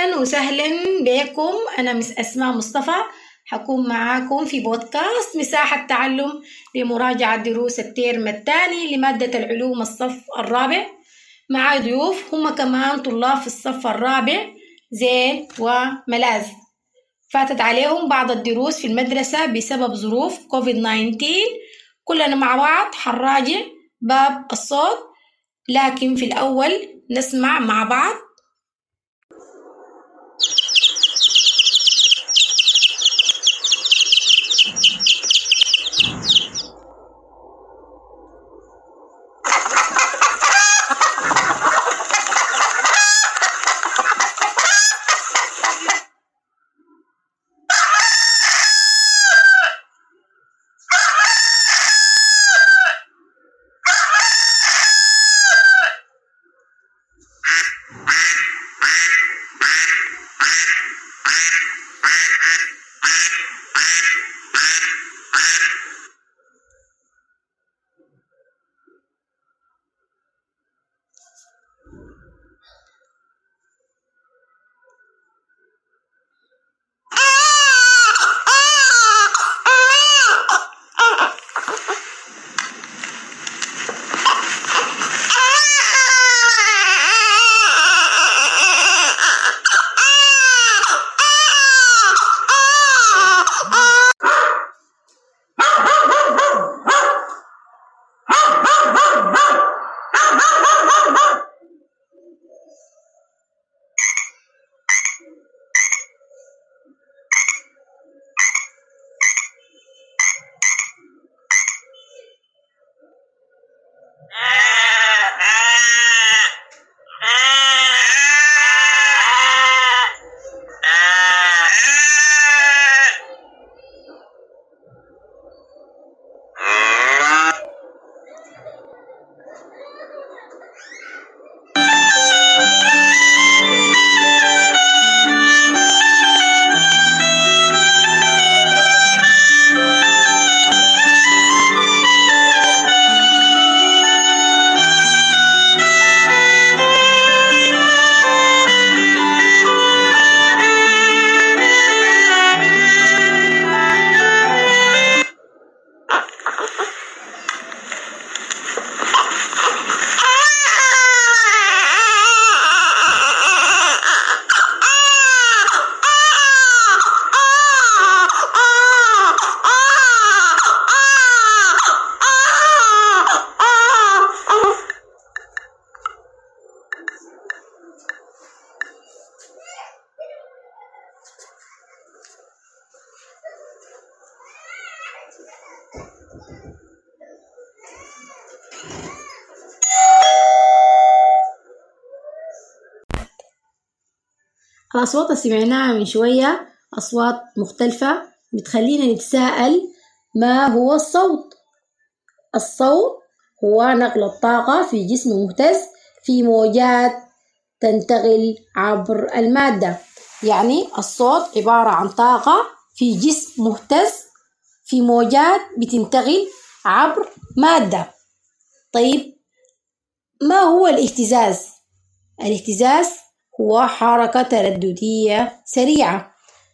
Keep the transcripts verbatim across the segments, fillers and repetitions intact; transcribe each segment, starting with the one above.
أهلا وسهلا بكم. أنا مس أسماء مصطفى، حكون معاكم في بودكاست مساحة تعلم لمراجعة دروس الترم الثاني لمادة العلوم الصف الرابع. مع ضيوف هم كمان طلاب في الصف الرابع زين وملاذ، فاتت عليهم بعض الدروس في المدرسة بسبب ظروف كوفيد تسعة عشر. كلنا مع بعض حنراجع باب الصوت، لكن في الأول نسمع مع بعض. الأصوات اللي سمعناها من شوية أصوات مختلفة بتخلينا نتساءل، ما هو الصوت؟ الصوت هو نقل الطاقة في جسم مهتز في موجات تنتقل عبر المادة. يعني الصوت عبارة عن طاقة في جسم مهتز في موجات بتنتقل عبر مادة. طيب، ما هو الاهتزاز؟ الاهتزاز هو حركة ترددية سريعة،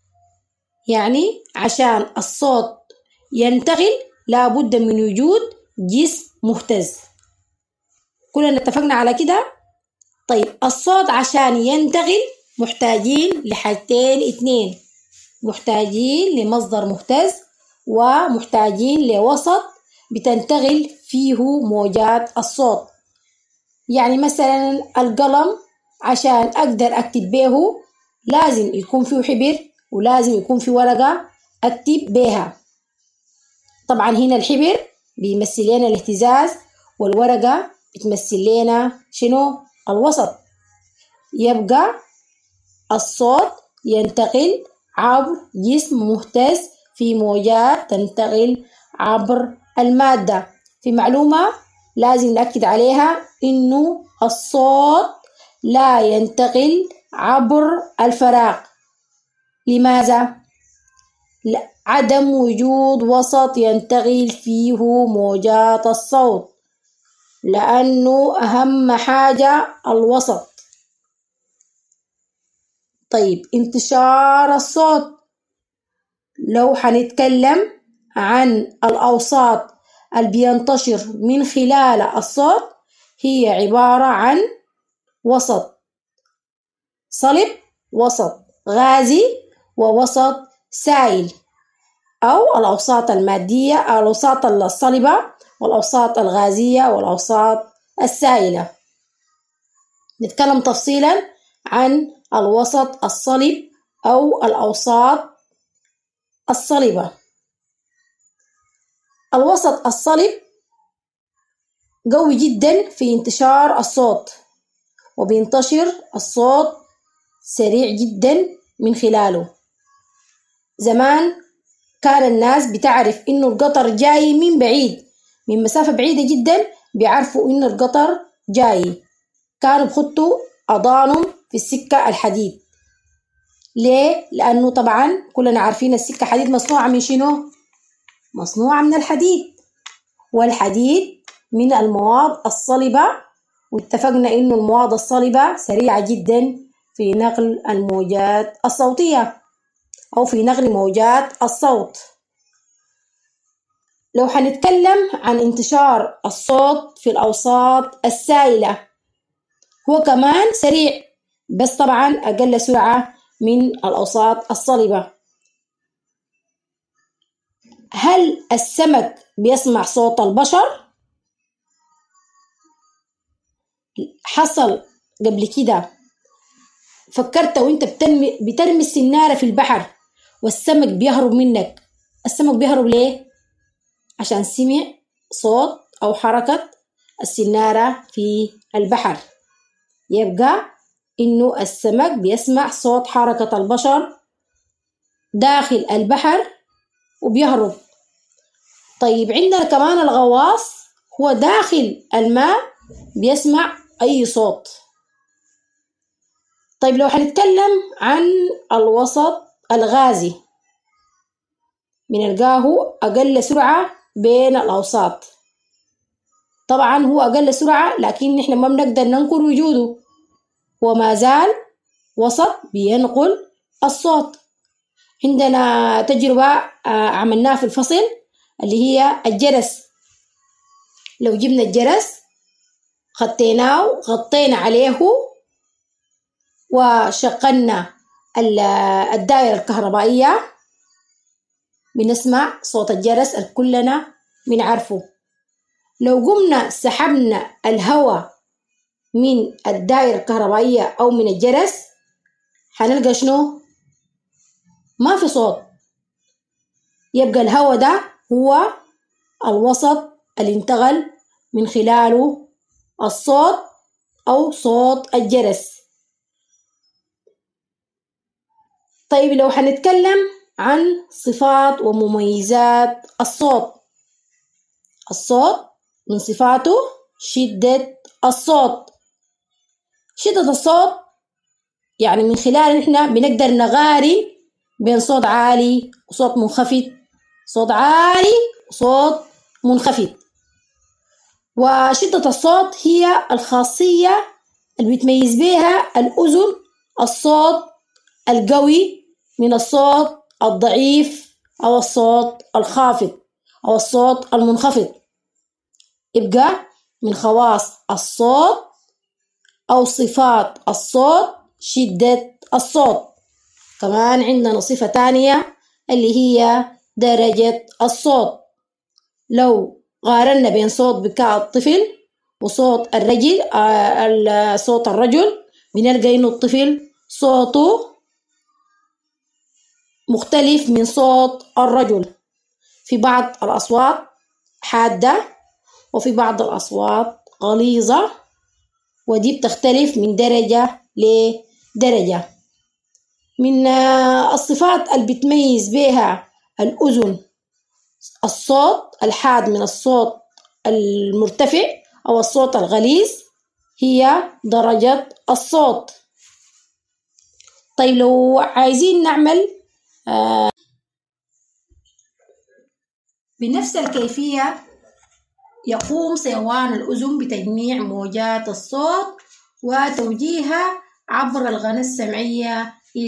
يعني عشان الصوت ينتقل لابد من وجود جسم مهتز. كلنا اتفقنا على كده؟ طيب، الصوت عشان ينتقل محتاجين لحاجتين اتنين، محتاجين لمصدر مهتز ومحتاجين لوسط بتنتقل فيه موجات الصوت. يعني مثلا القلم عشان أقدر أكتب به لازم يكون فيه حبر ولازم يكون فيه ورقة أكتب بها. طبعا هنا الحبر بيمثل لنا الاهتزاز والورقة بتمثل لنا شنو؟ الوسط. يبقى الصوت ينتقل عبر جسم مهتز في موجات تنتقل عبر المادة. في معلومة لازم نأكد عليها، إنه الصوت لا ينتقل عبر الفراغ. لماذا؟ عدم وجود وسط ينتقل فيه موجات الصوت، لأنه أهم حاجة الوسط. طيب انتشار الصوت، لو حنتكلم عن الأوساط اللي بينتشر من خلال الصوت هي عبارة عن وسط صلب، وسط غازي، ووسط سائل، أو الأوساط المادية أو الأوساط الصلبة والأوساط الغازية والأوساط السائلة. نتكلم تفصيلا عن الوسط الصلب أو الأوساط الصلبة. الوسط الصلب قوي جدا في انتشار الصوت، وبينتشر الصوت سريع جدا من خلاله. زمان كان الناس بتعرف إنه القطر جاي من بعيد، من مسافة بعيدة جدا بيعرفوا إنه القطر جاي، كانوا بخطوا أضانهم في السكة الحديد. ليه؟ لأنه طبعا كلنا عارفين السكة حديد مصنوعة من شنو؟ مصنوعة من الحديد، والحديد من المواد الصلبة، واتفقنا إنه المواد الصلبة سريعة جدا في نقل الموجات الصوتية أو في نقل موجات الصوت. لو حنتكلم عن انتشار الصوت في الأوساط السائلة، هو كمان سريع بس طبعا أقل سرعة من الأوساط الصلبة. هل السمك بيسمع صوت البشر؟ حصل قبل كده فكرت وانت بترمي, بترمي السنارة في البحر والسمك بيهرب منك، السمك بيهرب ليه؟ عشان سمع صوت أو حركة السنارة في البحر. يبقى إنه السمك بيسمع صوت حركة البشر داخل البحر وبيهرب. طيب عندنا كمان الغواص، هو داخل الماء بيسمع أي صوت. طيب لو حنتكلم عن الوسط الغازي، بنلقاه أقل سرعة بين الأوساط. طبعا هو أقل سرعة لكن نحن ما بنقدر ننكر وجوده، وما زال وسط بينقل الصوت. عندنا تجربة عملناها في الفصل اللي هي الجرس. لو جبنا الجرس خطيناه غطينا عليه وشغلنا الدائرة الكهربائية بنسمع صوت الجرس اللي كلنا بنعرفه. لو قمنا سحبنا الهواء من الدائرة الكهربائية أو من الجرس حنلقى شنو؟ ما في صوت. يبقى الهواء ده هو الوسط اللي انتقل من خلاله الصوت أو صوت الجرس. طيب لو حنتكلم عن صفات ومميزات الصوت، الصوت من صفاته شدة الصوت. شدة الصوت يعني من خلال نحن بنقدر نقارن بين صوت عالي وصوت منخفض، صوت عالي وصوت منخفض. وشدة الصوت هي الخاصية اللي بتميز بها الأذن الصوت القوي من الصوت الضعيف أو الصوت الخافض أو الصوت المنخفض. يبقى من خواص الصوت أو صفات الصوت شدة الصوت. كمان عندنا صفة تانية اللي هي درجة الصوت. لو قارنا بين صوت بكاء الطفل وصوت الرجل آه صوت الرجل بنلقى إنه الطفل صوته مختلف من صوت الرجل. في بعض الأصوات حادة وفي بعض الأصوات غليظة، ودي بتختلف من درجة لدرجة. من الصفات اللي بتميز بها الأذن الصوت الحاد من الصوت المرتفع أو الصوت الغليظ هي درجة الصوت. طيب لو عايزين نعمل آه بنفس الكيفية، يقوم صيوان الأذن بتجميع موجات الصوت وتوجيهها عبر الغنى السمعية